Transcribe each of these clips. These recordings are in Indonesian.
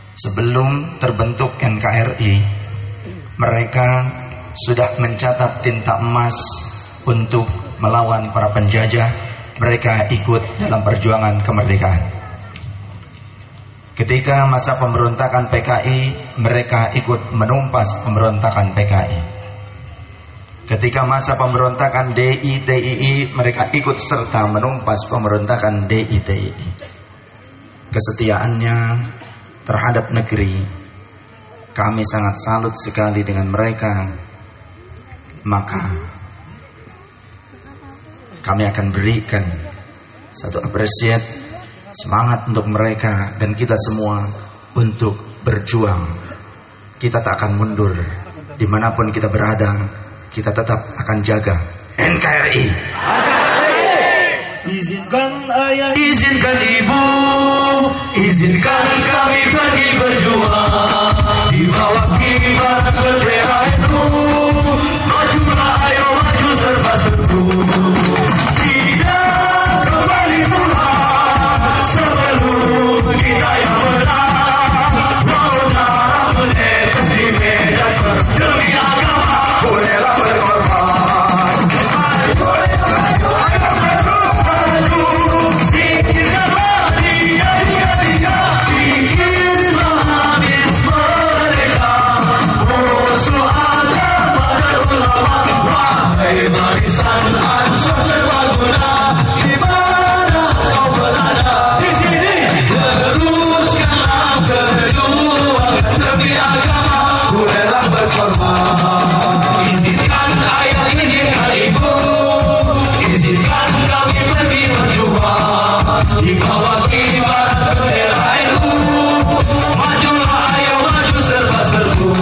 Sebelum terbentuk NKRI, mereka sudah mencatat tinta emas untuk melawan para penjajah. Mereka ikut dalam perjuangan kemerdekaan. Ketika masa pemberontakan PKI, mereka ikut menumpas pemberontakan PKI. Ketika masa pemberontakan DI-TII, mereka ikut serta menumpas pemberontakan DI-TII. Kesetiaannya terhadap negeri, kami sangat salut sekali dengan mereka. Maka kami akan berikan satu apresiat, semangat untuk mereka dan kita semua untuk berjuang. Kita tak akan mundur. Dimanapun kita berada, kita tetap akan jaga NKRI. Izinkan ayah, izinkan ibu, izinkan kami pergi berjuang di bawah kibar bendera itu. Majulah ayo maju serba serbu, tidak kembali pulang sebelum kita yang menang. Saudara menetes di medan demi agama, bolehlah berkorban. Barisan ansor serbaguna, di mana kau berada di sini, teruskanlah perjuangan demi agama, bolehlah berkorban. Izinkan ayah, izinkan ibu, izinkan kami pergi berjuang di bawah kibar bendera ilmu. Majulah ayo maju serba serbu,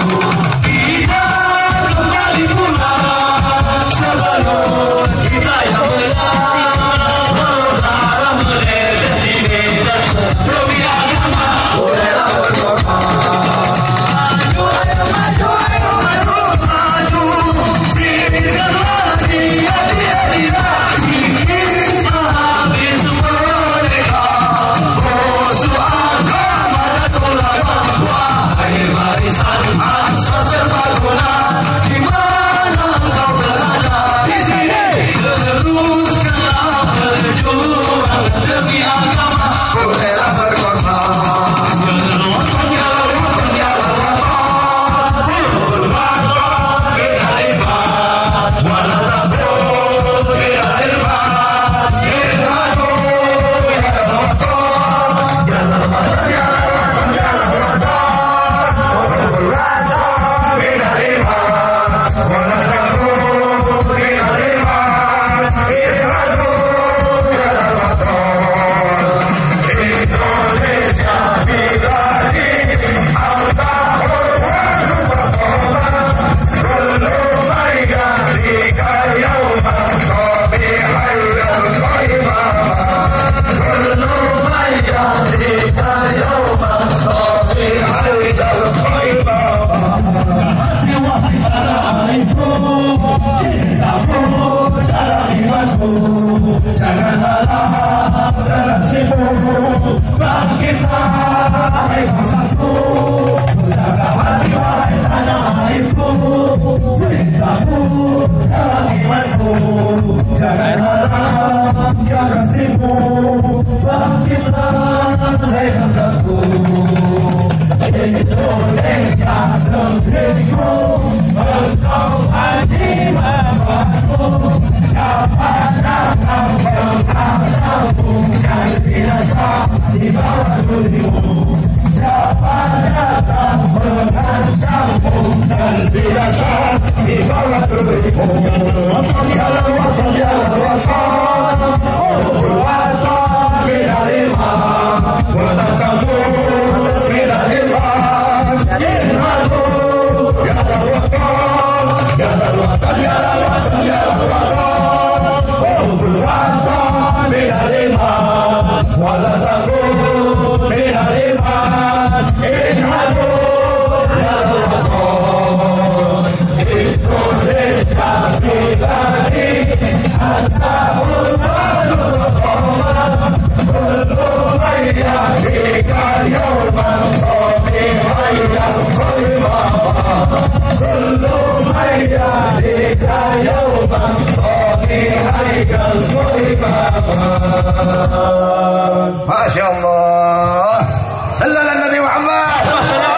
tidak kembali pulang sebelum kita yang menang. Saudara menetes di medan demi agama, bolehlah berkorban. Maju ayo maju ayo maju maju, singkat lagi hati-hati lagi, habis merdeka. Oh suaka dan ulama, wahai barisan ansor serbaguna, di mana kau berada di sini, teruskanlah perjuangan demi agama, bolehlah berkorban. Berkorban ya berkorban ya berkorban, berkorban bina iman, wala takut bina ilman, irhadu bina tawakal, ya Rahman ya Rahman ya Rahman, berkorban bina iman, wala takut bina ilman, irhadu ya Rahman. Indonesia biladi al-tahur wal-muqaddam, kullu mayyadika yawman sabihal al-qaimah, kullu mayyadika yawman sabihal al-qaimah. Wahai anak-anakku, cintamu dalam imanku, janganlah dalam sibukku, bangkitlah hai bangsaku, usaha hati wahai anak-anakku, cintamu dalam imanku, janganlah dalam sibuk, bangkitlah hai bangsaku. Indonesia negeriku, engkau jiwaku, siapa datang kepadamu dan binasa di bawah tubuhmu, siapa datang mengancammu dan binasa di bawah tubuhmu. Wassalamualaikum warahmatullahi wabarakatuh. يوما صالحيك المحبان. ما شاء الله. صلى على النبي محمد.